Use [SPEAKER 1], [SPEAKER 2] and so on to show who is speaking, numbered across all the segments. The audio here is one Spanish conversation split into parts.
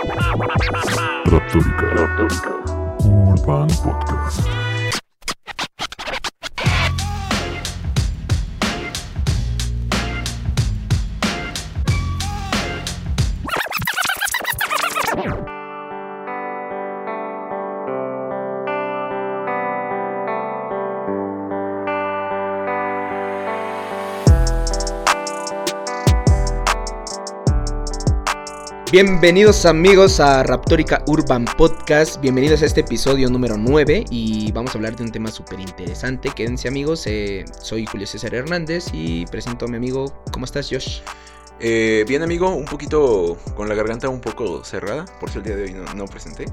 [SPEAKER 1] Raptórica. Urban Podcast.
[SPEAKER 2] Bienvenidos amigos a Raptórica Urban Podcast, bienvenidos a este episodio número 9 y vamos a hablar de un tema súper interesante. Quédense amigos, soy Julio César Hernández y presento a mi amigo. ¿Cómo estás, Josh?
[SPEAKER 3] Bien amigo, un poquito con la garganta un poco cerrada, por eso el día de hoy no presenté.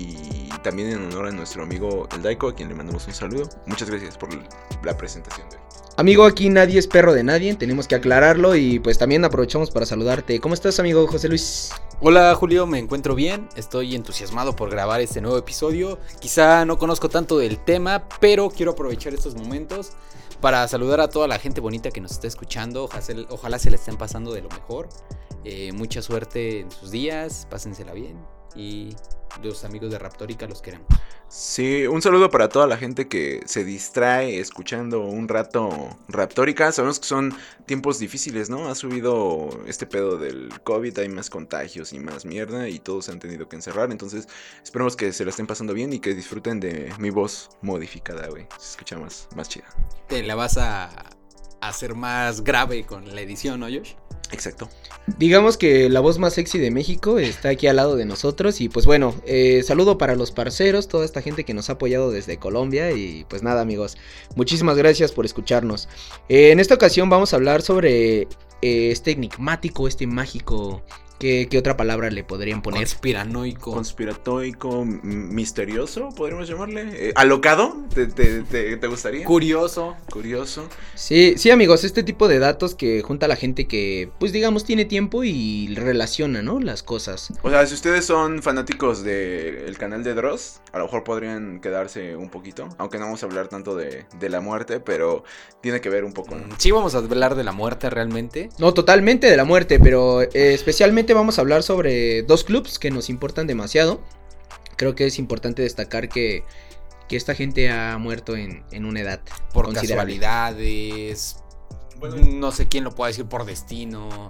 [SPEAKER 3] Y también en honor a nuestro amigo El Daiko, a quien le mandamos un saludo. Muchas gracias por la presentación de hoy.
[SPEAKER 2] Amigo, aquí nadie es perro de nadie, tenemos que aclararlo y pues también aprovechamos para saludarte. ¿Cómo estás, amigo José Luis?
[SPEAKER 4] Hola Julio, me encuentro bien, estoy entusiasmado por grabar este nuevo episodio. Quizá no conozco tanto del tema, pero quiero aprovechar estos momentos para saludar a toda la gente bonita que nos está escuchando. Ojalá se la estén pasando de lo mejor. Mucha suerte en sus días, pásensela bien. Y los amigos de Raptórica los queremos.
[SPEAKER 3] Sí, un saludo para toda la gente que se distrae escuchando un rato Raptórica. Sabemos que son tiempos difíciles, ¿no? Ha subido este pedo del COVID, hay más contagios y más mierda y todos se han tenido que encerrar. Entonces esperemos que se la estén pasando bien y que disfruten de mi voz modificada, güey. Se escucha más chida.
[SPEAKER 4] Te la vas a hacer más grave con la edición, ¿no, Josh?
[SPEAKER 3] Exacto.
[SPEAKER 2] Digamos que la voz más sexy de México está aquí al lado de nosotros y pues bueno, saludo para los parceros, toda esta gente que nos ha apoyado desde Colombia y pues nada amigos, muchísimas gracias por escucharnos. En esta ocasión vamos a hablar sobre este enigmático, este mágico, ¿qué otra palabra le podrían poner?
[SPEAKER 3] Conspiratoico, misterioso, podríamos llamarle. ¿Alocado? ¿Te gustaría?
[SPEAKER 4] Curioso.
[SPEAKER 2] Sí amigos, este tipo de datos que junta la gente que, pues digamos, tiene tiempo y relaciona, ¿no? Las cosas.
[SPEAKER 3] O sea, si ustedes son fanáticos del canal de Dross, a lo mejor podrían quedarse un poquito, aunque no vamos a hablar tanto de la muerte, pero tiene que ver un poco, ¿no?
[SPEAKER 4] Sí, vamos a hablar de la muerte realmente.
[SPEAKER 2] No, totalmente de la muerte, pero especialmente vamos a hablar sobre dos clubs que nos importan demasiado. Creo que es importante destacar que esta gente ha muerto en una edad
[SPEAKER 4] por casualidades. Bueno, no sé quién lo puede decir, por destino.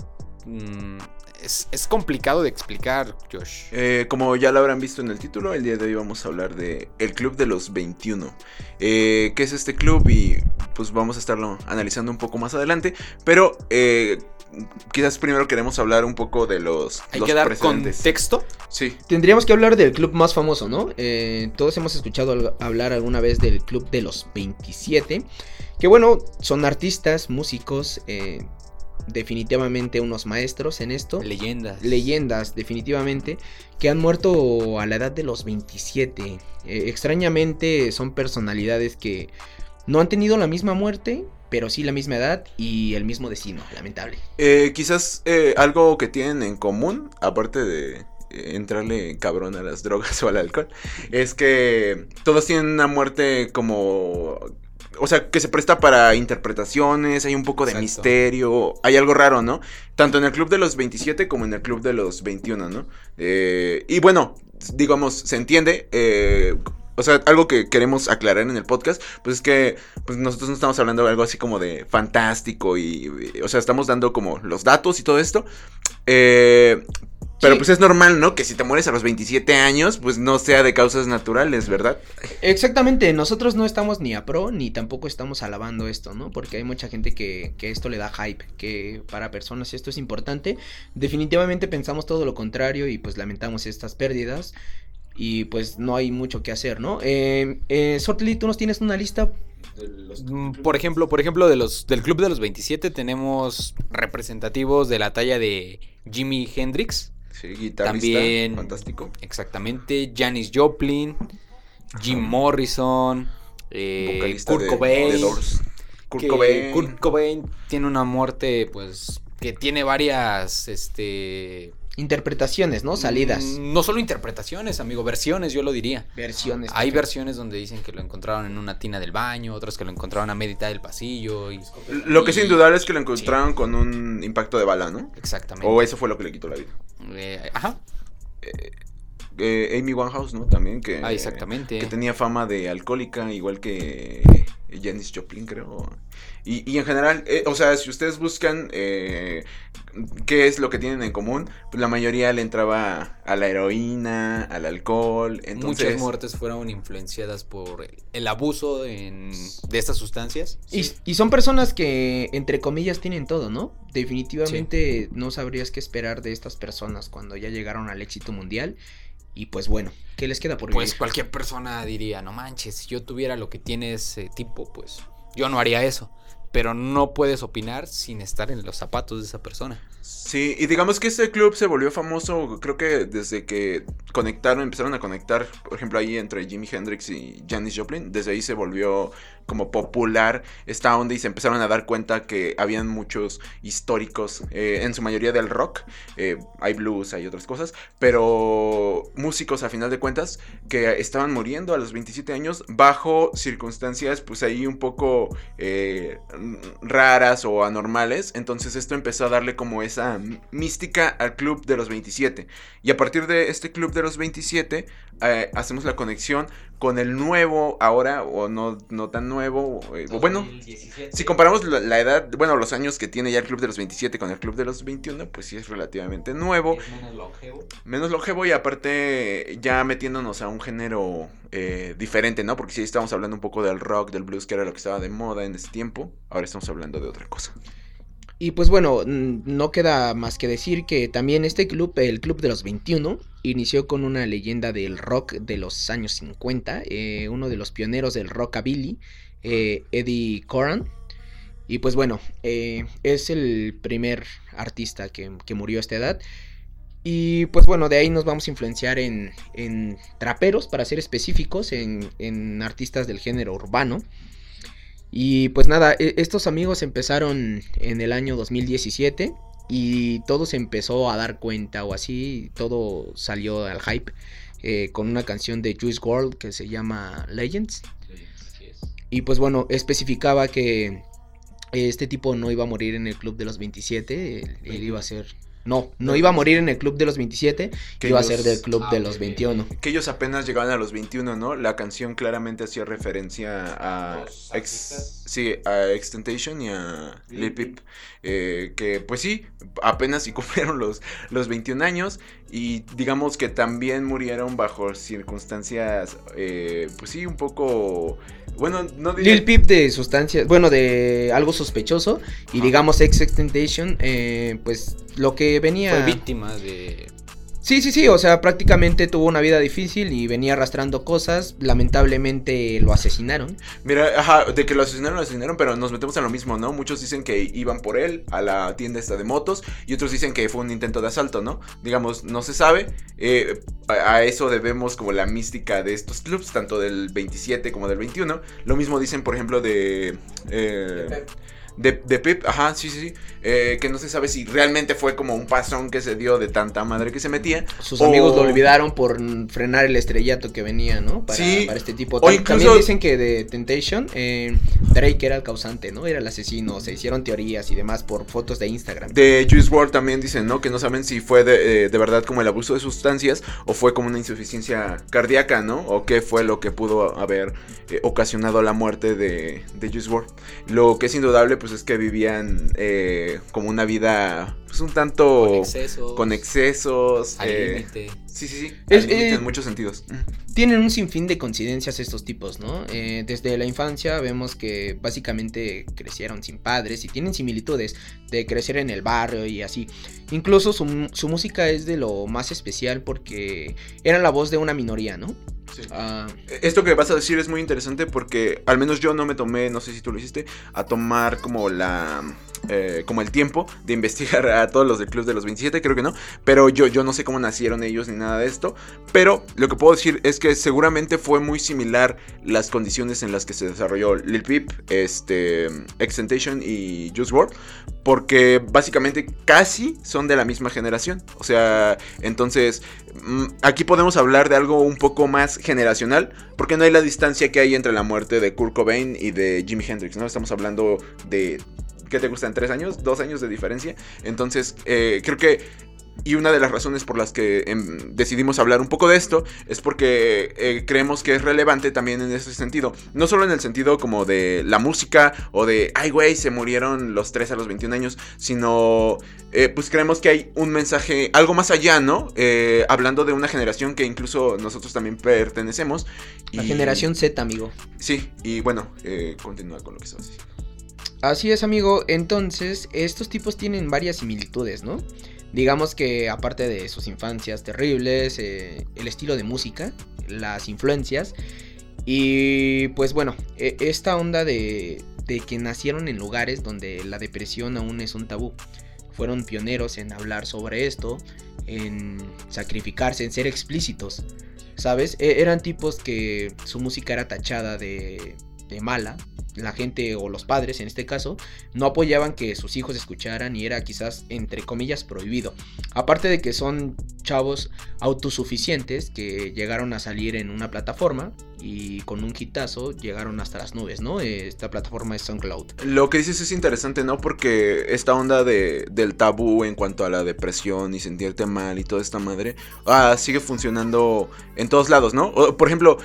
[SPEAKER 4] Es complicado de explicar, Josh.
[SPEAKER 3] Como ya lo habrán visto en el título, el día de hoy vamos a hablar de el Club de los 21. ¿Qué es este club? Y pues vamos a estarlo analizando un poco más adelante. Pero quizás primero queremos hablar un poco de los
[SPEAKER 4] ¿Hay que dar
[SPEAKER 3] precedentes.
[SPEAKER 4] ¿Contexto?
[SPEAKER 3] Sí.
[SPEAKER 2] Tendríamos que hablar del club más famoso, ¿no? Todos hemos escuchado hablar alguna vez del Club de los 27. Que bueno, son artistas, músicos, definitivamente unos maestros en esto. Leyendas, definitivamente, que han muerto a la edad de los 27. Extrañamente son personalidades que no han tenido la misma muerte, pero sí la misma edad y el mismo destino, lamentable.
[SPEAKER 3] Quizás algo que tienen en común, aparte de entrarle cabrón a las drogas o al alcohol, es que todos tienen una muerte como... O sea, que se presta para interpretaciones, hay un poco de misterio, hay algo raro, ¿no? Tanto en el Club de los 27 como en el Club de los 21, ¿no? Y bueno, digamos, se entiende, o sea, algo que queremos aclarar en el podcast, pues es que pues nosotros no estamos hablando de algo así como de fantástico o sea, estamos dando como los datos y todo esto, pero sí. Pues es normal, ¿no? Que si te mueres a los 27 años, pues no sea de causas naturales, ¿verdad?
[SPEAKER 2] Exactamente, nosotros no estamos ni a pro, ni tampoco estamos alabando esto, ¿no? Porque hay mucha gente que esto le da hype, que para personas esto es importante. Definitivamente pensamos todo lo contrario y pues lamentamos estas pérdidas. Y pues no hay mucho que hacer, ¿no? Sotli, ¿tú nos tienes una lista?
[SPEAKER 4] Por ejemplo, del Club de los 27 tenemos representativos de la talla de Jimi Hendrix.
[SPEAKER 3] Sí, guitarrista,
[SPEAKER 4] también,
[SPEAKER 3] fantástico.
[SPEAKER 4] Exactamente, Janis Joplin, Jim Morrison, Kurt Cobain.
[SPEAKER 3] The Doors.
[SPEAKER 4] Kurt Cobain tiene una muerte, pues, que tiene varias,
[SPEAKER 2] interpretaciones, ¿no? Salidas.
[SPEAKER 4] No solo interpretaciones, amigo, versiones, yo lo diría.
[SPEAKER 2] Versiones.
[SPEAKER 4] Hay versiones donde dicen que lo encontraron en una tina del baño, otras que lo encontraron a mitad del pasillo.
[SPEAKER 3] Lo que es indudable es que lo encontraron con un impacto de bala, ¿no?
[SPEAKER 4] Exactamente.
[SPEAKER 3] O eso fue lo que le quitó la vida.
[SPEAKER 4] Ajá.
[SPEAKER 3] Amy Winehouse, ¿no? También que...
[SPEAKER 4] exactamente.
[SPEAKER 3] Que tenía fama de alcohólica, igual que Janis Joplin, creo. Y en general, o sea, si ustedes buscan qué es lo que tienen en común, pues la mayoría le entraba a la heroína, al alcohol. Entonces...
[SPEAKER 4] Muchas muertes fueron influenciadas por el abuso de estas sustancias.
[SPEAKER 2] Y son personas que, entre comillas, tienen todo, ¿no? Definitivamente no sabrías qué esperar de estas personas cuando ya llegaron al éxito mundial. Y pues bueno, ¿qué les queda por vivir?
[SPEAKER 4] Pues cualquier persona diría, no manches, si yo tuviera lo que tiene ese tipo, pues yo no haría eso. Pero no puedes opinar sin estar en los zapatos de esa persona.
[SPEAKER 3] Sí, y digamos que este club se volvió famoso, creo que desde que empezaron a conectar, por ejemplo, ahí entre Jimi Hendrix y Janis Joplin, desde ahí se volvió como popular esta onda y se empezaron a dar cuenta que habían muchos históricos, en su mayoría del rock, hay blues, hay otras cosas, pero músicos a final de cuentas que estaban muriendo a los 27 años bajo circunstancias pues ahí un poco raras o anormales. Entonces esto empezó a darle como esa mística al club de los 27, y a partir de este club de los 27 hacemos la conexión con el nuevo ahora, o no tan nuevo, bueno,
[SPEAKER 4] 2017.
[SPEAKER 3] Si comparamos la edad, bueno, los años que tiene ya el club de los 27 con el club de los 21, pues sí es relativamente nuevo,
[SPEAKER 4] Es
[SPEAKER 3] menos longevo, y aparte ya metiéndonos a un género diferente, ¿no? Porque sí estamos hablando un poco del rock, del blues, que era lo que estaba de moda en ese tiempo. Ahora estamos hablando de otra cosa.
[SPEAKER 2] Y pues bueno, no queda más que decir que también este club, el Club de los 21, inició con una leyenda del rock de los años 50, uno de los pioneros del rockabilly, Eddie Cochran. Y pues bueno, es el primer artista que murió a esta edad. Y pues bueno, de ahí nos vamos a influenciar en traperos, para ser específicos, en artistas del género urbano. Y pues nada, estos amigos empezaron en el año 2017 y todo se empezó a dar cuenta, o así, todo salió al hype con una canción de Juice WRLD que se llama Legends. Y pues bueno, especificaba que este tipo no iba a morir en el club de los 27, él iba a ser... No iba a morir en el club de los 27, que iba a ser del club de los 21.
[SPEAKER 3] Que ellos apenas llegaban a los 21, ¿no? La canción claramente hacía referencia a XXXTentacion y a Lil Peep. Que pues sí, apenas sí cumplieron los 21 años. Y digamos que también murieron bajo circunstancias, pues sí, un poco... Bueno, no diría...
[SPEAKER 2] Lil Peep de sustancias, bueno, de algo sospechoso. Y digamos XXXTentacion, pues lo que venía...
[SPEAKER 4] Fue víctima de...
[SPEAKER 2] Sí, o sea, prácticamente tuvo una vida difícil y venía arrastrando cosas. Lamentablemente lo asesinaron.
[SPEAKER 3] Mira, de que lo asesinaron, pero nos metemos en lo mismo, ¿no? Muchos dicen que iban por él a la tienda esta de motos, y otros dicen que fue un intento de asalto, ¿no? Digamos, no se sabe. A eso debemos como la mística de estos clubs, tanto del 27 como del 21. Lo mismo dicen, por ejemplo, de Peep, sí. Que no se sabe si realmente fue como un pasón que se dio de tanta madre que se metía.
[SPEAKER 2] Sus amigos lo olvidaron por frenar el estrellato que venía, ¿no? Para este tipo.
[SPEAKER 3] O incluso...
[SPEAKER 2] También dicen que de Temptation, Drake era el causante, ¿no? Era el asesino. Se hicieron teorías y demás por fotos de Instagram.
[SPEAKER 3] De Juice WRLD también dicen, ¿no? Que no saben si fue de verdad como el abuso de sustancias o fue como una insuficiencia cardíaca, ¿no? O qué fue lo que pudo haber ocasionado la muerte de Juice WRLD. Lo que es indudable, pues es que vivían como una vida pues un tanto con excesos
[SPEAKER 4] al límite.
[SPEAKER 3] Sí, al límite en muchos sentidos.
[SPEAKER 2] Tienen un sinfín de coincidencias estos tipos, ¿no? Desde la infancia vemos que básicamente crecieron sin padres y tienen similitudes de crecer en el barrio y así. Incluso su música es de lo más especial porque eran la voz de una minoría, ¿no?
[SPEAKER 3] Sí. Esto que vas a decir es muy interesante porque al menos yo no me tomé, no sé si tú lo hiciste, a tomar como como el tiempo de investigar a todos los del Club de los 27, creo que no, pero yo no sé cómo nacieron ellos ni nada de esto, pero lo que puedo decir es que seguramente fue muy similar las condiciones en las que se desarrolló Lil Peep, XXXTentacion y Juice WRLD, porque básicamente casi son de la misma generación, o sea, entonces aquí podemos hablar de algo un poco más generacional, porque no hay la distancia que hay entre la muerte de Kurt Cobain y de Jimi Hendrix, ¿no? Estamos hablando de... ¿Qué te gustan? ¿3 años? ¿2 años de diferencia? Entonces, creo que Y una de las razones por las que decidimos hablar un poco de esto es porque creemos que es relevante también en ese sentido. No solo en el sentido como de la música o de, ay güey, se murieron los 3 a los 21 años, sino pues creemos que hay un mensaje, algo más allá, ¿no? Hablando de una generación que incluso nosotros también pertenecemos.
[SPEAKER 2] La generación Z, amigo.
[SPEAKER 3] Sí, y bueno, continúa con lo que estás diciendo.
[SPEAKER 2] Así es, amigo. Entonces, estos tipos tienen varias similitudes, ¿no? Digamos que aparte de sus infancias terribles, el estilo de música, las influencias y pues bueno, esta onda de que nacieron en lugares donde la depresión aún es un tabú. Fueron pioneros en hablar sobre esto, en sacrificarse, en ser explícitos, ¿sabes? Eran tipos que su música era tachada de mala. La gente o los padres en este caso no apoyaban que sus hijos escucharan y era quizás entre comillas prohibido. Aparte de que son chavos autosuficientes que llegaron a salir en una plataforma y con un hitazo llegaron hasta las nubes, ¿no? Esta plataforma es SoundCloud.
[SPEAKER 3] Lo que dices es interesante, ¿no? Porque esta onda del tabú en cuanto a la depresión y sentirte mal y toda esta madre sigue funcionando en todos lados, ¿no? Por ejemplo,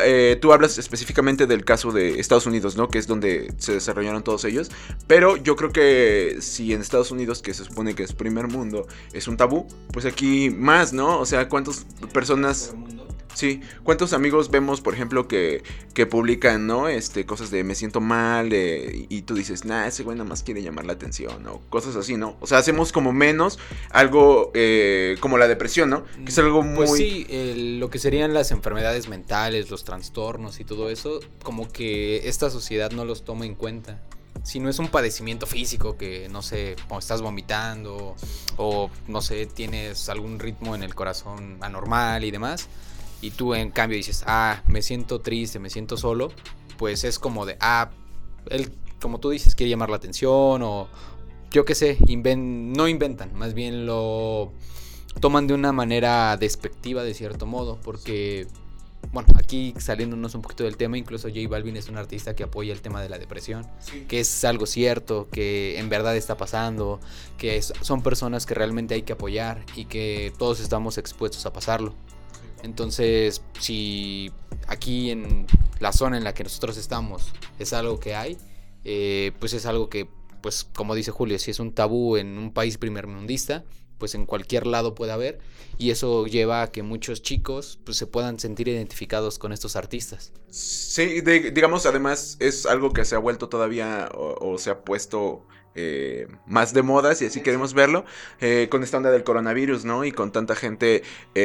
[SPEAKER 3] tú hablas específicamente del caso de Estados Unidos, ¿no? Que es donde se desarrollaron todos ellos. Pero yo creo que si en Estados Unidos, que se supone que es primer mundo, es un tabú, pues aquí más, ¿no? O sea, ¿cuántas personas... Sí, ¿cuántos amigos vemos, por ejemplo, que publican, ¿no? Cosas de me siento mal, y tú dices, nah, ese güey nada más quiere llamar la atención, o cosas así, ¿no? O sea, hacemos como menos algo como la depresión, ¿no? Que es algo muy...
[SPEAKER 4] Pues sí, lo que serían las enfermedades mentales, los trastornos y todo eso, como que esta sociedad no los toma en cuenta. Si no es un padecimiento físico que, no sé, o estás vomitando o, no sé, tienes algún ritmo en el corazón anormal y demás, y tú en cambio dices, me siento triste, me siento solo, pues es como de, él, como tú dices, quiere llamar la atención o yo qué sé, no inventan, más bien lo toman de una manera despectiva de cierto modo, porque... Bueno, aquí saliéndonos un poquito del tema, incluso J Balvin es un artista que apoya el tema de la depresión, sí, que es algo cierto, que en verdad está pasando, que son personas que realmente hay que apoyar y que todos estamos expuestos a pasarlo. Entonces, si aquí en la zona en la que nosotros estamos es algo que hay, pues es algo que, pues como dice Julio, si es un tabú en un país primermundista, pues en cualquier lado puede haber, y eso lleva a que muchos chicos pues se puedan sentir identificados con estos artistas.
[SPEAKER 3] Sí, digamos, además es algo que se ha vuelto todavía o se ha puesto más de moda, si así queremos verlo, con esta onda del coronavirus, ¿no? Y con tanta gente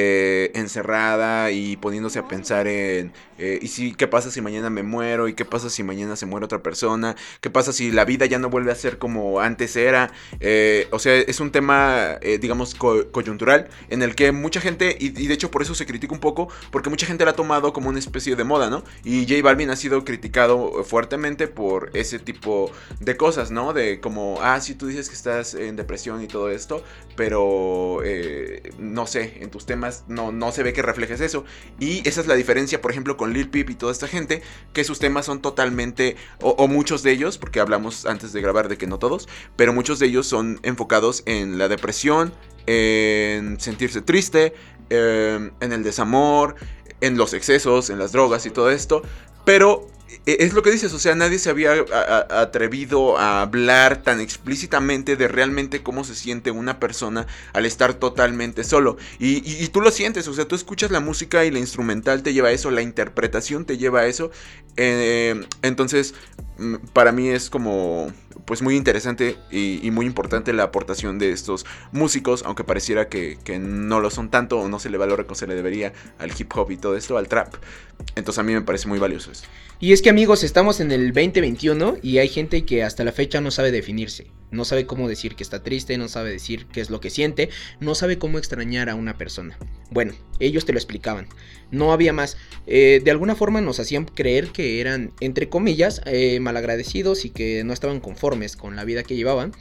[SPEAKER 3] encerrada y poniéndose a pensar en ¿y si qué pasa si mañana me muero? ¿Y qué pasa si mañana se muere otra persona? ¿Qué pasa si la vida ya no vuelve a ser como antes era? O sea, es un tema, digamos, coyuntural, en el que mucha gente, y de hecho por eso se critica un poco, porque mucha gente la ha tomado como una especie de moda, ¿no? Y J Balvin ha sido criticado fuertemente por ese tipo de cosas, ¿no? De como, sí, tú dices que estás en depresión y todo esto, pero no sé, en tus temas no se ve que reflejes eso. Y esa es la diferencia, por ejemplo, con Lil Peep y toda esta gente, que sus temas son totalmente, o muchos de ellos, porque hablamos antes de grabar de que no todos, pero muchos de ellos son enfocados en la depresión, en sentirse triste, en el desamor, en los excesos, en las drogas y todo esto. Pero es lo que dices, o sea, nadie se había atrevido a hablar tan explícitamente de realmente cómo se siente una persona al estar totalmente solo. Y tú lo sientes, o sea, tú escuchas la música y la instrumental te lleva a eso, la interpretación te lleva a eso. Entonces, para mí es como, pues muy interesante y muy importante la aportación de estos músicos, aunque pareciera que no lo son tanto o no se le valora como se le debería al hip hop y todo esto, al trap. Entonces a mí me parece muy valioso eso.
[SPEAKER 2] Y es que, amigos, estamos en el 2021 y hay gente que hasta la fecha no sabe definirse. No sabe cómo decir que está triste, no sabe decir qué es lo que siente, no sabe cómo extrañar a una persona. Bueno, ellos te lo explicaban, no había más. De alguna forma nos hacían creer que eran, entre comillas, malagradecidos y que no estaban conformes con la vida que llevaban.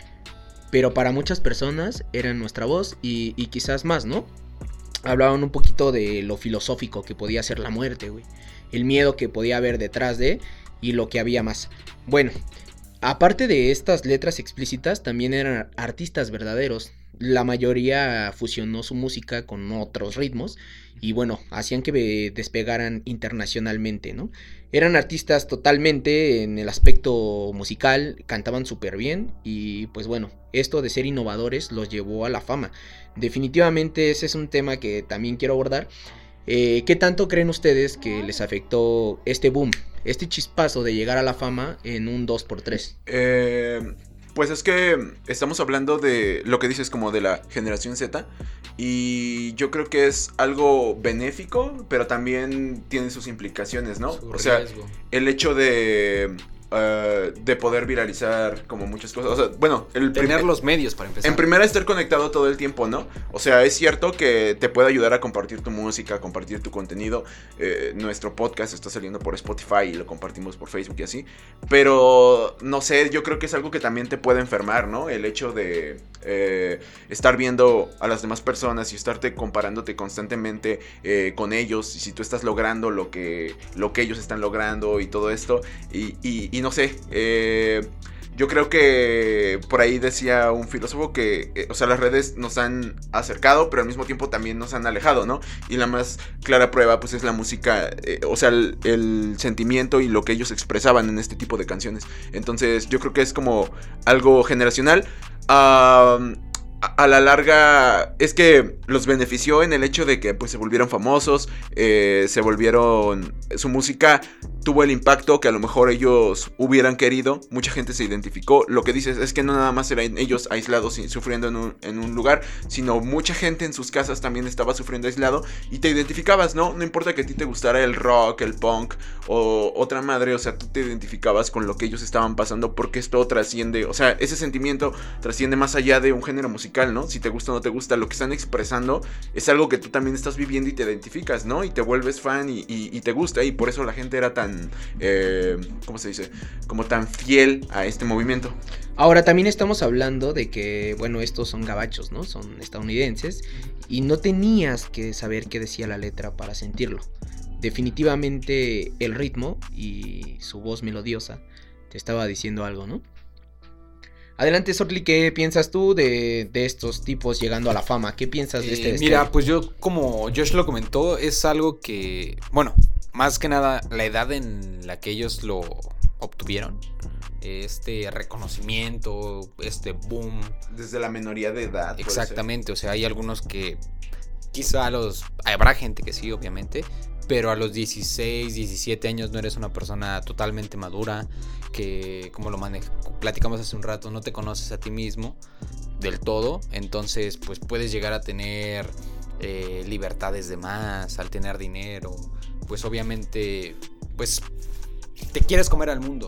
[SPEAKER 2] Pero para muchas personas eran nuestra voz y quizás más, ¿no? Hablaban un poquito de lo filosófico que podía ser la muerte, güey. El miedo que podía haber detrás de y lo que había más. Bueno, aparte de estas letras explícitas, también eran artistas verdaderos. La mayoría fusionó su música con otros ritmos y bueno, hacían que despegaran internacionalmente, ¿no? Eran artistas totalmente en el aspecto musical, cantaban súper bien y pues bueno, esto de ser innovadores los llevó a la fama. Definitivamente ese es un tema que también quiero abordar. ¿Qué tanto creen ustedes que les afectó este boom, este chispazo de llegar a la fama en un 2x3?
[SPEAKER 3] Pues es que estamos hablando de lo que dices como de la generación Z y yo creo que es algo benéfico, pero también tiene sus implicaciones, ¿no?
[SPEAKER 4] Su
[SPEAKER 3] o sea,
[SPEAKER 4] riesgo.
[SPEAKER 3] el hecho de poder viralizar como muchas cosas, o sea, bueno,
[SPEAKER 4] Tener los medios para empezar.
[SPEAKER 3] en primera, estar conectado todo el tiempo, ¿no? O sea, es cierto que te puede ayudar a compartir tu música, a compartir tu contenido. Nuestro podcast está saliendo por Spotify y lo compartimos por Facebook y así. Pero, no sé, yo creo que es algo que también te puede enfermar, ¿no? El hecho de estar viendo a las demás personas y estarte comparándote constantemente con ellos. Y si tú estás logrando lo que ellos están logrando y todo esto. Y no sé, yo creo que por ahí decía un filósofo que, o sea, las redes nos han acercado, pero al mismo tiempo también nos han alejado, ¿no? Y la más clara prueba, pues, es la música, o sea, el sentimiento y lo que ellos expresaban en este tipo de canciones. Entonces, yo creo que es como algo generacional. A la larga es que los benefició en el hecho de que pues se volvieron famosos, su música tuvo el impacto que a lo mejor ellos hubieran querido, mucha gente se identificó. Lo que dices es que no nada más eran ellos aislados y sufriendo en un lugar, sino mucha gente en sus casas también estaba sufriendo aislado y te identificabas, ¿no? No importa que a ti te gustara el rock, el punk o otra madre, o sea, tú te identificabas con lo que ellos estaban pasando porque esto trasciende, o sea, ese sentimiento trasciende más allá de un género musical, ¿no? Si te gusta o no te gusta, lo que están expresando es algo que tú también estás viviendo y te identificas, ¿no? Y te vuelves fan y te gusta, y por eso la gente era tan, ¿cómo se dice? Como tan fiel a este movimiento.
[SPEAKER 2] Ahora también estamos hablando de que, bueno, estos son gabachos, ¿no? Son estadounidenses y no tenías que saber qué decía la letra para sentirlo. Definitivamente el ritmo y su voz melodiosa te estaba diciendo algo, ¿no? Adelante, Sortli, ¿qué piensas tú de estos tipos llegando a la fama? ¿Qué piensas de este
[SPEAKER 4] Mira, pues yo, como Josh lo comentó, es algo que, bueno, más que nada la edad en la que ellos lo obtuvieron, este reconocimiento, este boom.
[SPEAKER 3] Desde la minoría de edad.
[SPEAKER 4] Exactamente, o sea, hay algunos que quizá habrá gente que sí, obviamente, pero a los 16, 17 años no eres una persona totalmente madura, que como platicamos hace un rato, no te conoces a ti mismo del todo, entonces pues puedes llegar a tener libertades de más, al tener dinero, pues obviamente pues te quieres comer al mundo.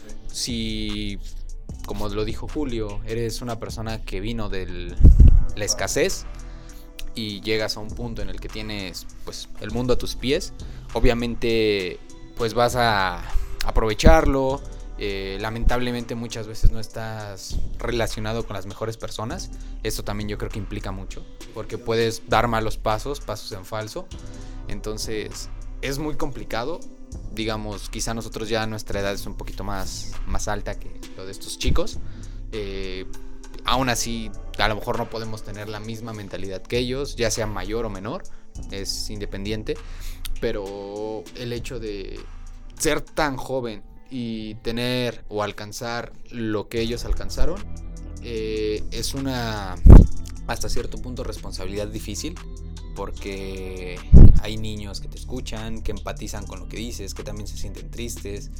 [SPEAKER 4] Si, como lo dijo Julio, eres una persona que vino de la escasez y llegas a un punto en el que tienes pues el mundo a tus pies, obviamente pues vas a aprovecharlo. Lamentablemente muchas veces no estás relacionado con las mejores personas. Esto también yo creo que implica mucho, porque puedes dar malos pasos en falso. Entonces es muy complicado. Digamos, quizá nosotros ya nuestra edad es un poquito más alta que lo de estos chicos. Aún así, a lo mejor no podemos tener la misma mentalidad que ellos, ya sea mayor o menor, es independiente. Pero el hecho de ser tan joven y tener o alcanzar lo que ellos alcanzaron, es una, hasta cierto punto, responsabilidad difícil, porque hay niños que te escuchan, que empatizan con lo que dices, que también se sienten tristes,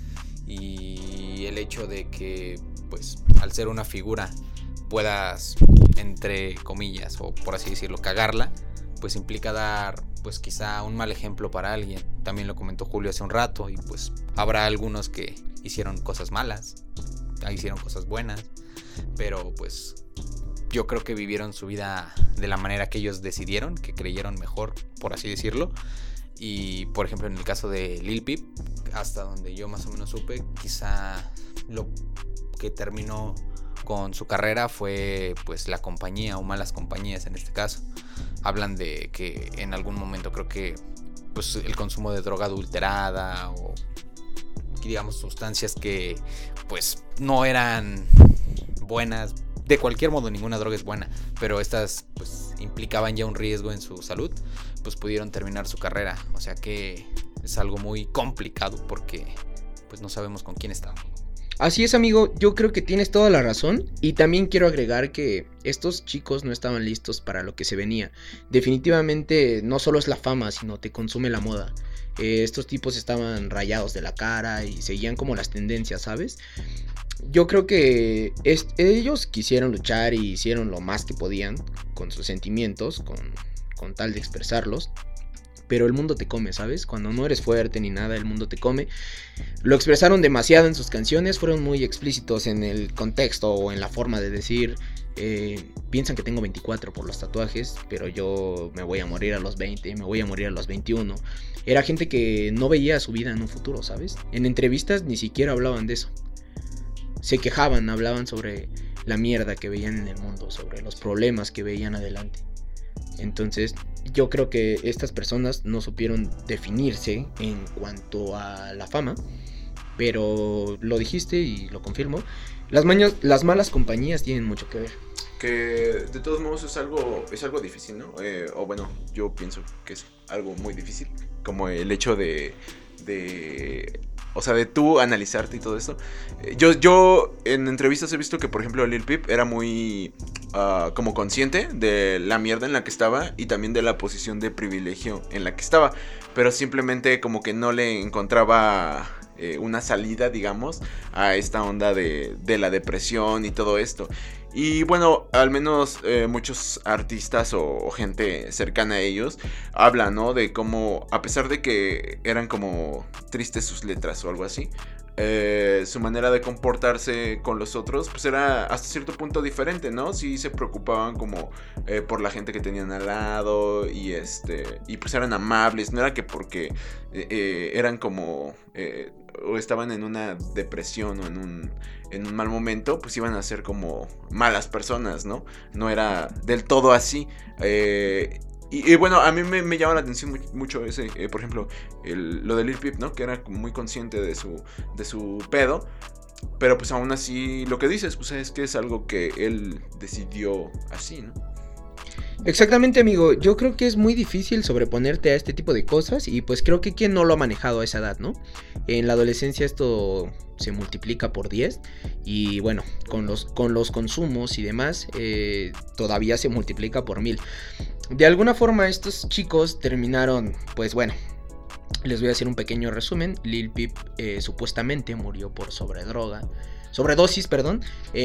[SPEAKER 4] y el hecho de que, pues, al ser una figura puedas, entre comillas, o por así decirlo, cagarla, pues implica dar, pues quizá un mal ejemplo para alguien. También lo comentó Julio hace un rato, y pues habrá algunos que hicieron cosas malas, hicieron cosas buenas, pero pues yo creo que vivieron su vida de la manera que ellos decidieron, que creyeron mejor, por así decirlo. Y por ejemplo, en el caso de Lil Peep, hasta donde yo más o menos supe, quizá lo que terminó con su carrera fue pues la compañía, o malas compañías en este caso. Hablan de que en algún momento, creo que pues el consumo de droga adulterada, o digamos sustancias que pues no eran buenas. De cualquier modo, ninguna droga es buena, pero estas pues implicaban ya un riesgo en su salud, pues pudieron terminar su carrera. O sea que es algo muy complicado porque pues no sabemos con quién estaban.
[SPEAKER 2] Así es, amigo, yo creo que tienes toda la razón y también quiero agregar que estos chicos no estaban listos para lo que se venía. Definitivamente no solo es la fama, sino te consume la moda. Estos tipos estaban rayados de la cara y seguían como las tendencias, ¿sabes? Yo creo que ellos quisieron luchar y hicieron lo más que podían con sus sentimientos, con tal de expresarlos. Pero el mundo te come, ¿sabes? Cuando no eres fuerte ni nada, el mundo te come. Lo expresaron demasiado en sus canciones, fueron muy explícitos en el contexto o en la forma de decir. Piensan que tengo 24 por los tatuajes, pero yo me voy a morir a los 20, me voy a morir a los 21. Era gente que no veía su vida en un futuro, ¿sabes? En entrevistas ni siquiera hablaban de eso. Se quejaban, hablaban sobre la mierda que veían en el mundo, sobre los problemas que veían adelante. Entonces yo creo que estas personas no supieron definirse en cuanto a la fama, pero lo dijiste y lo confirmo, las malas compañías tienen mucho que ver.
[SPEAKER 3] Que de todos modos es algo difícil, ¿no? O bueno, yo pienso que es algo muy difícil, como el hecho de o sea, de tú analizarte y todo esto. Yo en entrevistas he visto que, por ejemplo, Lil Peep era muy como consciente de la mierda en la que estaba y también de la posición de privilegio en la que estaba, pero simplemente como que no le encontraba una salida, digamos, a esta onda de la depresión y todo esto. Y bueno, al menos muchos artistas o gente cercana a ellos hablan, ¿no? De cómo, a pesar de que eran como tristes sus letras o algo así, su manera de comportarse con los otros pues era hasta cierto punto diferente, ¿no? Sí se preocupaban como por la gente que tenían al lado y pues eran amables, no era que porque eran como o estaban en una depresión o en un mal momento, pues iban a ser como malas personas, ¿no? No era del todo así. Y bueno, a mí me llama la atención mucho ese, por ejemplo, lo de Lil Peep, ¿no? Que era muy consciente de su pedo. Pero pues aún así, lo que dices, pues es que es algo que él decidió así, ¿no?
[SPEAKER 2] Exactamente, amigo, yo creo que es muy difícil sobreponerte a este tipo de cosas y pues creo que quien no lo ha manejado a esa edad, ¿no? En la adolescencia esto se multiplica por 10 y bueno, con los consumos y demás todavía se multiplica por 1000. De alguna forma estos chicos terminaron, pues bueno, les voy a hacer un pequeño resumen. Lil Peep supuestamente murió por sobredosis, perdón.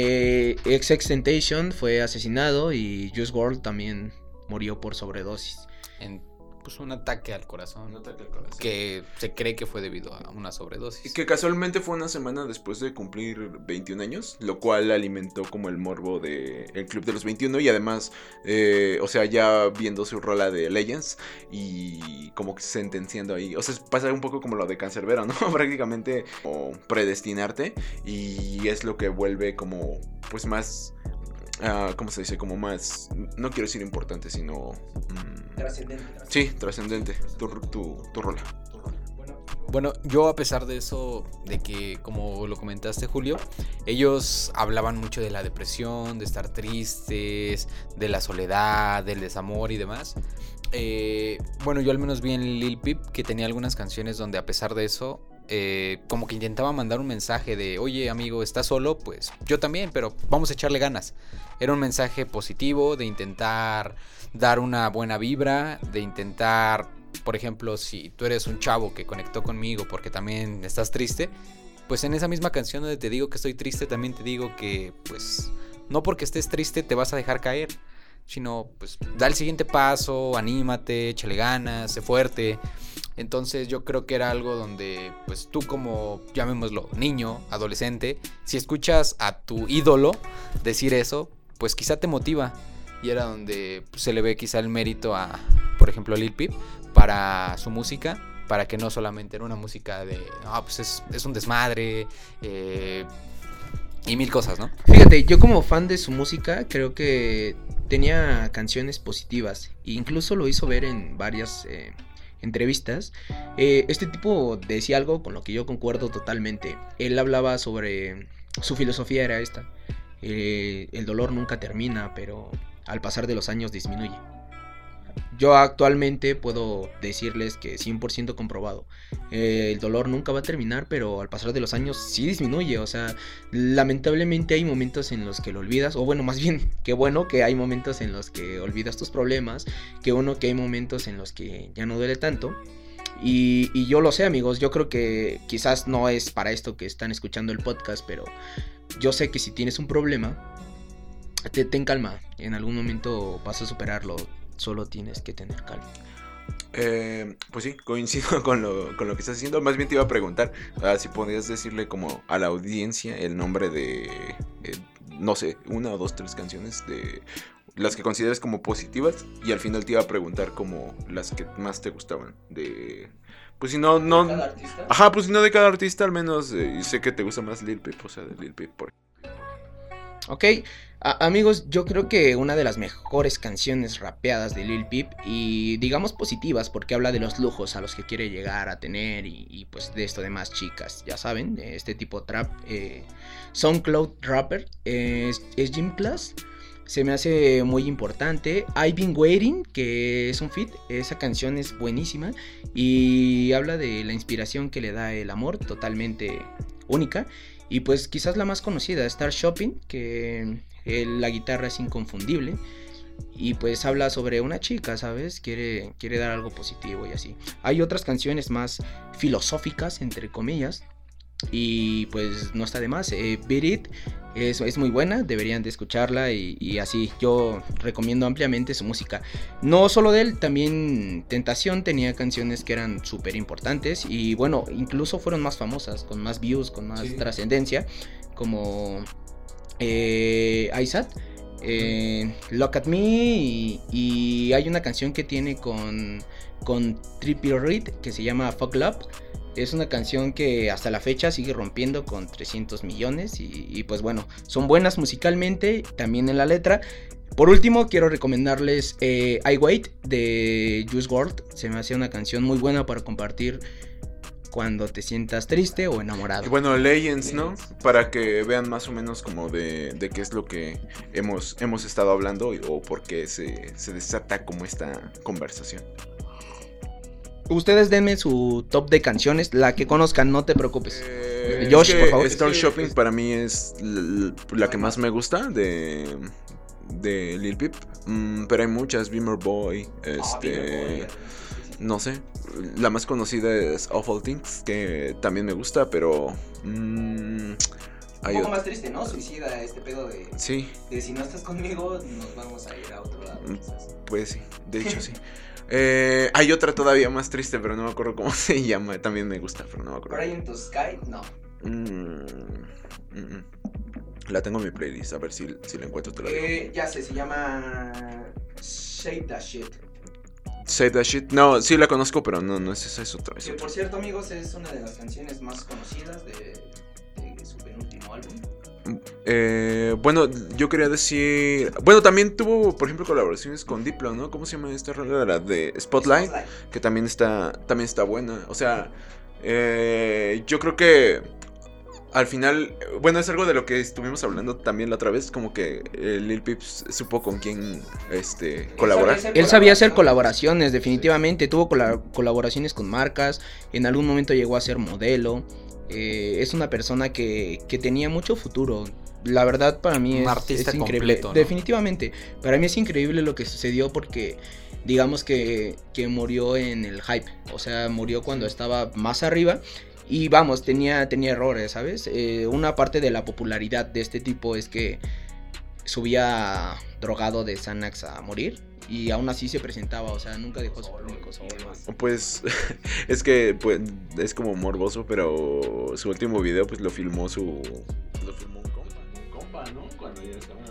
[SPEAKER 2] XXXTentacion fue asesinado y Juice WRLD también murió por sobredosis.
[SPEAKER 4] Pues un ataque al corazón. Que se cree que fue debido a una sobredosis.
[SPEAKER 3] Y que casualmente fue una semana después de cumplir 21 años, lo cual alimentó como el morbo de el Club de los 21 y además, o sea, ya viendo su rola de Legends y como que sentenciando ahí, o sea, pasa un poco como lo de Cancerbero, ¿no? Prácticamente como predestinarte y es lo que vuelve como, pues más... ¿cómo se dice? Como más, no quiero decir importante, sino...
[SPEAKER 2] Trascendente.
[SPEAKER 3] Sí, trascendente, tu rola.
[SPEAKER 4] Bueno, yo a pesar de eso, de que, como lo comentaste, Julio, ellos hablaban mucho de la depresión, de estar tristes, de la soledad, del desamor y demás. Bueno, yo al menos vi en Lil Peep que tenía algunas canciones donde a pesar de eso... como que intentaba mandar un mensaje de oye amigo, ¿estás solo? Pues yo también, pero vamos a echarle ganas. Era un mensaje positivo de intentar dar una buena vibra, de intentar, por ejemplo, si tú eres un chavo que conectó conmigo porque también estás triste, pues en esa misma canción donde te digo que estoy triste, también te digo que pues no porque estés triste te vas a dejar caer, sino pues da el siguiente paso, anímate, échale ganas, sé fuerte. Entonces yo creo que era algo donde pues tú como, llamémoslo, niño, adolescente, si escuchas a tu ídolo decir eso, pues quizá te motiva. Y era donde pues, se le ve quizá el mérito a, por ejemplo, a Lil Peep para su música, para que no solamente era una música de, pues es un desmadre y mil cosas, ¿no?
[SPEAKER 2] Fíjate, yo como fan de su música creo que tenía canciones positivas e incluso lo hizo ver en varias entrevistas, este tipo decía algo con lo que yo concuerdo totalmente. Él hablaba sobre, su filosofía era esta: el dolor nunca termina, pero al pasar de los años disminuye. Yo actualmente puedo decirles que 100% comprobado, el dolor nunca va a terminar, pero al pasar de los años sí disminuye. O sea, lamentablemente hay momentos en los que lo olvidas, o bueno, más bien, qué bueno que hay momentos en los que olvidas tus problemas, que hay momentos en los que ya no duele tanto. Y yo lo sé, amigos, yo creo que quizás no es para esto que están escuchando el podcast, pero yo sé que si tienes un problema, ten calma, en algún momento vas a superarlo. Solo tienes que tener calma.
[SPEAKER 3] Pues sí, coincido con lo que estás diciendo. Más bien te iba a preguntar si podías decirle como a la audiencia el nombre de, no sé, 1 o 2, 3 canciones de las que consideres como positivas. Y al final te iba a preguntar como las que más te gustaban. Pues si no...
[SPEAKER 2] ¿De cada artista?
[SPEAKER 3] Ajá, pues si no de cada artista, al menos sé que te gusta más Lil Peep, o sea, de Lil Peep por...
[SPEAKER 2] Ok, amigos, yo creo que una de las mejores canciones rapeadas de Lil Peep, y digamos positivas, porque habla de los lujos a los que quiere llegar a tener, y pues de esto de más chicas, ya saben, este tipo trap, SoundCloud Rapper, es Gym Class. Se me hace muy importante. I've Been Waiting, que es un feat. Esa canción es buenísima y habla de la inspiración que le da el amor, totalmente única. Y pues quizás la más conocida, Star Shopping, que la guitarra es inconfundible. Y pues habla sobre una chica, ¿sabes? Quiere dar algo positivo y así. Hay otras canciones más filosóficas, entre comillas, y pues no está de más. Beat It es muy buena, deberían de escucharla y así. Yo recomiendo ampliamente su música. No solo de él, también Tentación tenía canciones que eran súper importantes y bueno, incluso fueron más famosas, con más views, con más trascendencia, como ISAT, Look at Me, y hay una canción que tiene con Trippie Redd que se llama Fuck Love. Es una canción que hasta la fecha sigue rompiendo con 300 millones y pues bueno, son buenas musicalmente, también en la letra. Por último, quiero recomendarles I Wait de Juice WRLD. Se me hace una canción muy buena para compartir cuando te sientas triste o enamorado.
[SPEAKER 3] Y bueno, Legends, ¿no? Para que vean más o menos como de qué es lo que hemos estado hablando o por qué se desata como esta conversación.
[SPEAKER 2] Ustedes denme su top de canciones, la que conozcan, no te preocupes. Josh, por favor.
[SPEAKER 3] Star Shopping para mí es la que más me gusta de Lil Peep. Pero hay muchas, Beamer Boy, no sé. La más conocida es Awful Things, que también me gusta, pero
[SPEAKER 2] un poco más triste, ¿no? Suicida, este pedo de...
[SPEAKER 3] Sí.
[SPEAKER 2] De si no estás conmigo, nos vamos a ir a otro lado, quizás.
[SPEAKER 3] Pues sí, de hecho sí. Hay otra todavía más triste, pero no me acuerdo cómo se llama. También me gusta, pero no me acuerdo.
[SPEAKER 2] Cry into Sky, no.
[SPEAKER 3] La tengo en mi playlist, a ver si la encuentro, te la digo.
[SPEAKER 2] Ya sé, se llama Save That Shit.
[SPEAKER 3] Save That Shit, no, sí la conozco, pero no es esa, es otra.
[SPEAKER 2] Que por cierto, amigos, es una de las canciones más conocidas de su penúltimo álbum.
[SPEAKER 3] Bueno, yo quería decir... Bueno, también tuvo, por ejemplo, colaboraciones con Diplo, ¿no? ¿Cómo se llama esta rola? La de Spotlight, que también está buena. O sea, yo creo que al final... Bueno, es algo de lo que estuvimos hablando también la otra vez, como que Lil Peep supo con quién colaborar.
[SPEAKER 2] Él sabía hacer colaboraciones, definitivamente. Tuvo colaboraciones con marcas, en algún momento llegó a ser modelo. Es una persona que tenía mucho futuro. La verdad, para mí
[SPEAKER 4] un artista
[SPEAKER 2] es increíble,
[SPEAKER 4] completo, ¿no?
[SPEAKER 2] Definitivamente. Para mí es increíble lo que sucedió porque digamos que murió en el hype. O sea, murió cuando estaba más arriba. Y vamos, tenía errores, ¿sabes? Una parte de la popularidad de este tipo es que subía drogado de Xanax a morir. Y aún así se presentaba, o sea, nunca dejó su público.
[SPEAKER 3] Pues es que pues, es como morboso, pero su último video pues lo filmó un compa, ¿no? Cuando ya estaba...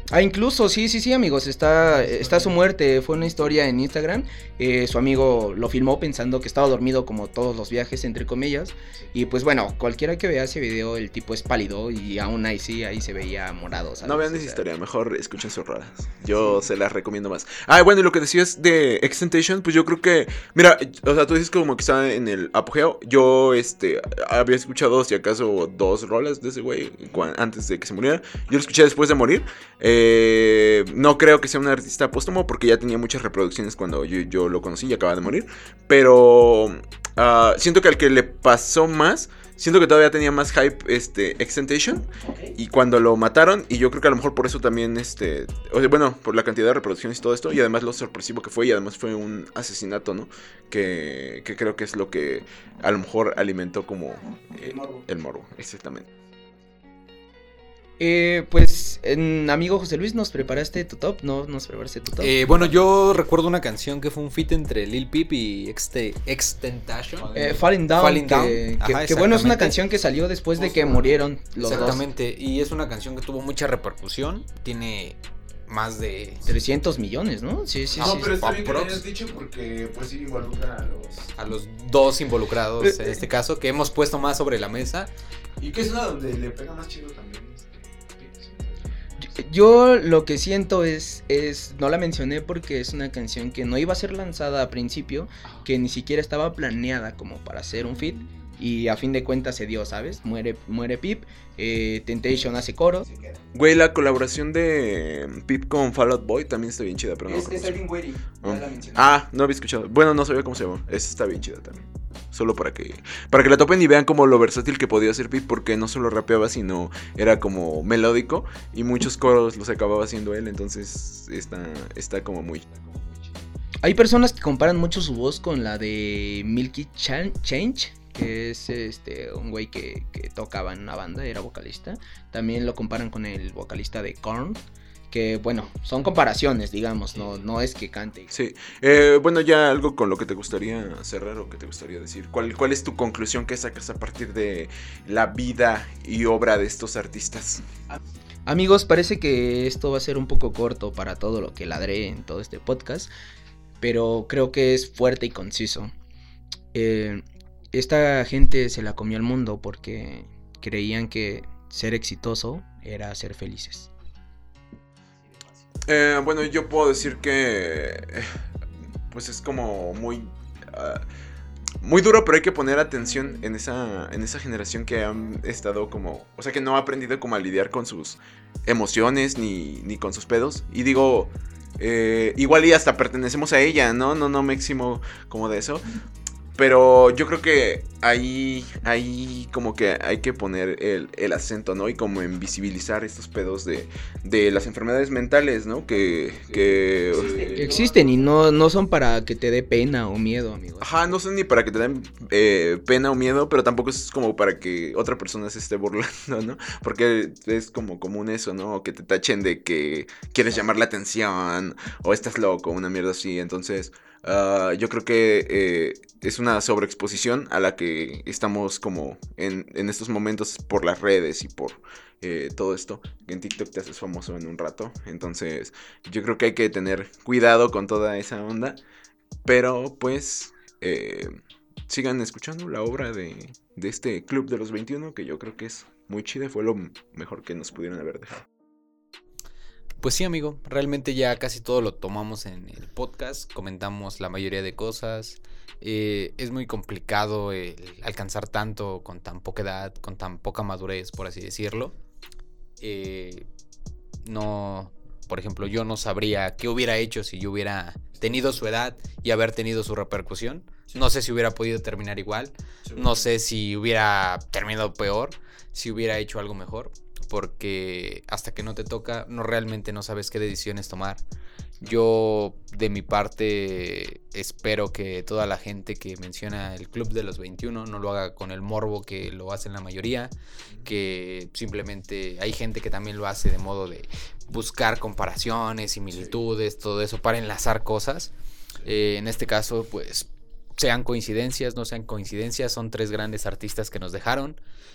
[SPEAKER 2] Incluso, sí, amigos, está su muerte, fue una historia en Instagram, su amigo lo filmó pensando que estaba dormido como todos los viajes, entre comillas, y pues bueno, cualquiera que vea ese video, el tipo es pálido y aún ahí se veía morado, ¿sabes?
[SPEAKER 3] No vean esa historia, mejor escuchen sus rolas, yo se las recomiendo más. Bueno, y lo que decías de Extentation, pues yo creo que, mira, o sea, tú dices como que está en el apogeo, yo había escuchado si acaso 2 rolas de ese güey antes de que se muriera, yo lo escuché después de morir. No creo que sea un artista póstumo porque ya tenía muchas reproducciones cuando yo lo conocí y acaba de morir. Pero siento que al que le pasó más, siento que todavía tenía más hype Extentation. Okay. Y cuando lo mataron, y yo creo que a lo mejor por eso también, bueno, por la cantidad de reproducciones y todo esto, y además lo sorpresivo que fue, y además fue un asesinato, ¿no? Que creo que es lo que a lo mejor alimentó como el morbo, exactamente.
[SPEAKER 2] Pues, amigo José Luis, ¿nos preparaste tu top? ¿No nos preparaste tu top?
[SPEAKER 4] Bueno, yo recuerdo una canción que fue un feat entre Lil Peep y Extentation.
[SPEAKER 2] Falling Down. Que bueno, es una canción que salió después de que murieron los
[SPEAKER 4] exactamente, dos. Y es una canción que tuvo mucha repercusión. Tiene más de
[SPEAKER 2] 300 millones, ¿no? Sí.
[SPEAKER 5] No, pero está bien que lo hayas dicho porque pues sí involucra
[SPEAKER 4] a los dos involucrados en este caso, que hemos puesto más sobre la mesa.
[SPEAKER 5] Y que es una donde le pega más chido también.
[SPEAKER 2] Yo lo que siento es, no la mencioné porque es una canción que no iba a ser lanzada a principio, que ni siquiera estaba planeada como para hacer un feat, y a fin de cuentas se dio, ¿sabes? Muere Peep, Temptation hace coro.
[SPEAKER 3] Güey, la colaboración de Peep con Fall Out Boy también está bien chida, pero no.
[SPEAKER 2] Es I've Been Waiting,
[SPEAKER 3] no no había escuchado. Bueno, no sabía cómo se llama. Esa está bien chida también. Solo para que la topen y vean como lo versátil que podía ser Peep, porque no solo rapeaba, sino era como melódico y muchos coros los acababa haciendo él, entonces está como muy...
[SPEAKER 2] Hay personas que comparan mucho su voz con la de Milky Change, que es un güey que tocaba en una banda, era vocalista. También lo comparan con el vocalista de Korn. Que bueno, son comparaciones, digamos, no es que cante.
[SPEAKER 3] Sí, bueno, ya algo con lo que te gustaría cerrar o que te gustaría decir. ¿Cuál es tu conclusión que sacas a partir de la vida y obra de estos artistas?
[SPEAKER 2] Amigos, parece que esto va a ser un poco corto para todo lo que ladré en todo este podcast, pero creo que es fuerte y conciso. Esta gente se la comió al mundo porque creían que ser exitoso era ser felices.
[SPEAKER 3] Bueno, yo puedo decir que pues es como muy duro, pero hay que poner atención en esa generación que han estado como, o sea, que no ha aprendido como a lidiar con sus emociones ni con sus pedos. Y digo, igual y hasta pertenecemos a ella, ¿no? No me eximo como de eso. Pero yo creo que ahí como que hay que poner el acento, ¿no? Y como en visibilizar estos pedos de las enfermedades mentales, ¿no? Que
[SPEAKER 2] existen y no son para que te dé pena o miedo, amigos.
[SPEAKER 3] Ajá, no son ni para que te den pena o miedo, pero tampoco es como para que otra persona se esté burlando, ¿no? Porque es como común eso, ¿no? O que te tachen de que quieres llamar la atención o estás loco, una mierda así. Entonces... yo creo que es una sobreexposición a la que estamos como en estos momentos por las redes y por todo esto. En TikTok te haces famoso en un rato. Entonces yo creo que hay que tener cuidado con toda esa onda. Pero pues sigan escuchando la obra de este Club de los 21, que yo creo que es muy chida. Fue lo mejor que nos pudieron haber dejado.
[SPEAKER 4] Pues sí, amigo, realmente ya casi todo lo tomamos en el podcast, comentamos la mayoría de cosas. Es muy complicado alcanzar tanto con tan poca edad, con tan poca madurez, por así decirlo. No, por ejemplo, yo no sabría qué hubiera hecho si yo hubiera tenido su edad y haber tenido su repercusión. No sé si hubiera podido terminar igual, no sé si hubiera terminado peor, si hubiera hecho algo mejor. Porque hasta que no te toca, realmente no sabes qué decisiones tomar. Yo, de mi parte, espero que toda la gente que menciona el Club de los 21 no lo haga con el morbo que lo hacen la mayoría. Que simplemente hay gente que también lo hace de modo de buscar comparaciones, similitudes, todo eso para enlazar cosas. En este caso, pues, sean coincidencias, no sean coincidencias, son 3 grandes artistas que nos dejaron.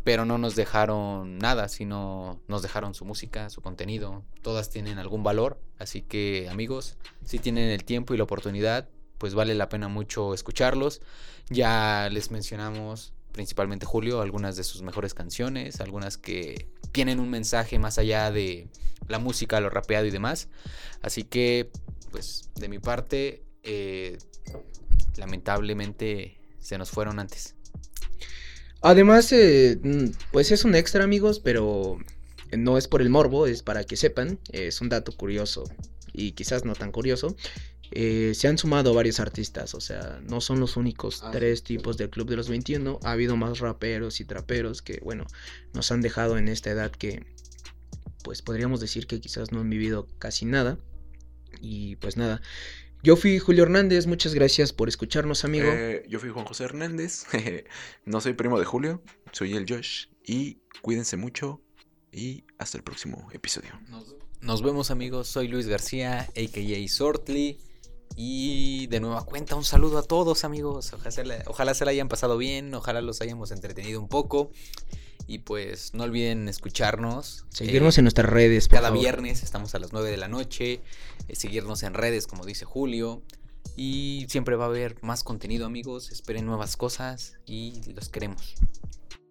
[SPEAKER 4] pero no nos dejaron nada, sino nos dejaron su música, su contenido. Todas tienen algún valor, así que amigos, si tienen el tiempo y la oportunidad, pues vale la pena mucho escucharlos. Ya les mencionamos, principalmente Julio, algunas de sus mejores canciones, algunas que tienen un mensaje más allá de la música, lo rapeado y demás. Así que, pues, de mi parte, lamentablemente se nos fueron antes.
[SPEAKER 2] Además, pues es un extra, amigos, pero no es por el morbo, es para que sepan, es un dato curioso y quizás no tan curioso. Se han sumado varios artistas, o sea, no son los únicos 3 tipos del Club de los 21, ha habido más raperos y traperos que, bueno, nos han dejado en esta edad que, pues podríamos decir que quizás no han vivido casi nada. Y pues nada, yo fui Julio Hernández, muchas gracias por escucharnos, amigo.
[SPEAKER 3] Yo fui Juan José Hernández, no soy primo de Julio, soy el Josh, y cuídense mucho, y hasta el próximo episodio.
[SPEAKER 4] Nos vemos, amigos, soy Luis García, a.k.a. Sortly, y de nueva cuenta un saludo a todos, amigos. Ojalá se la hayan pasado bien, ojalá los hayamos entretenido un poco. Y pues no olviden escucharnos.
[SPEAKER 2] Seguirnos en nuestras redes, por
[SPEAKER 4] cada
[SPEAKER 2] favor.
[SPEAKER 4] viernes estamos a las 9 de la noche. Seguirnos en redes, como dice Julio. Y siempre va a haber más contenido, amigos. Esperen nuevas cosas y los queremos.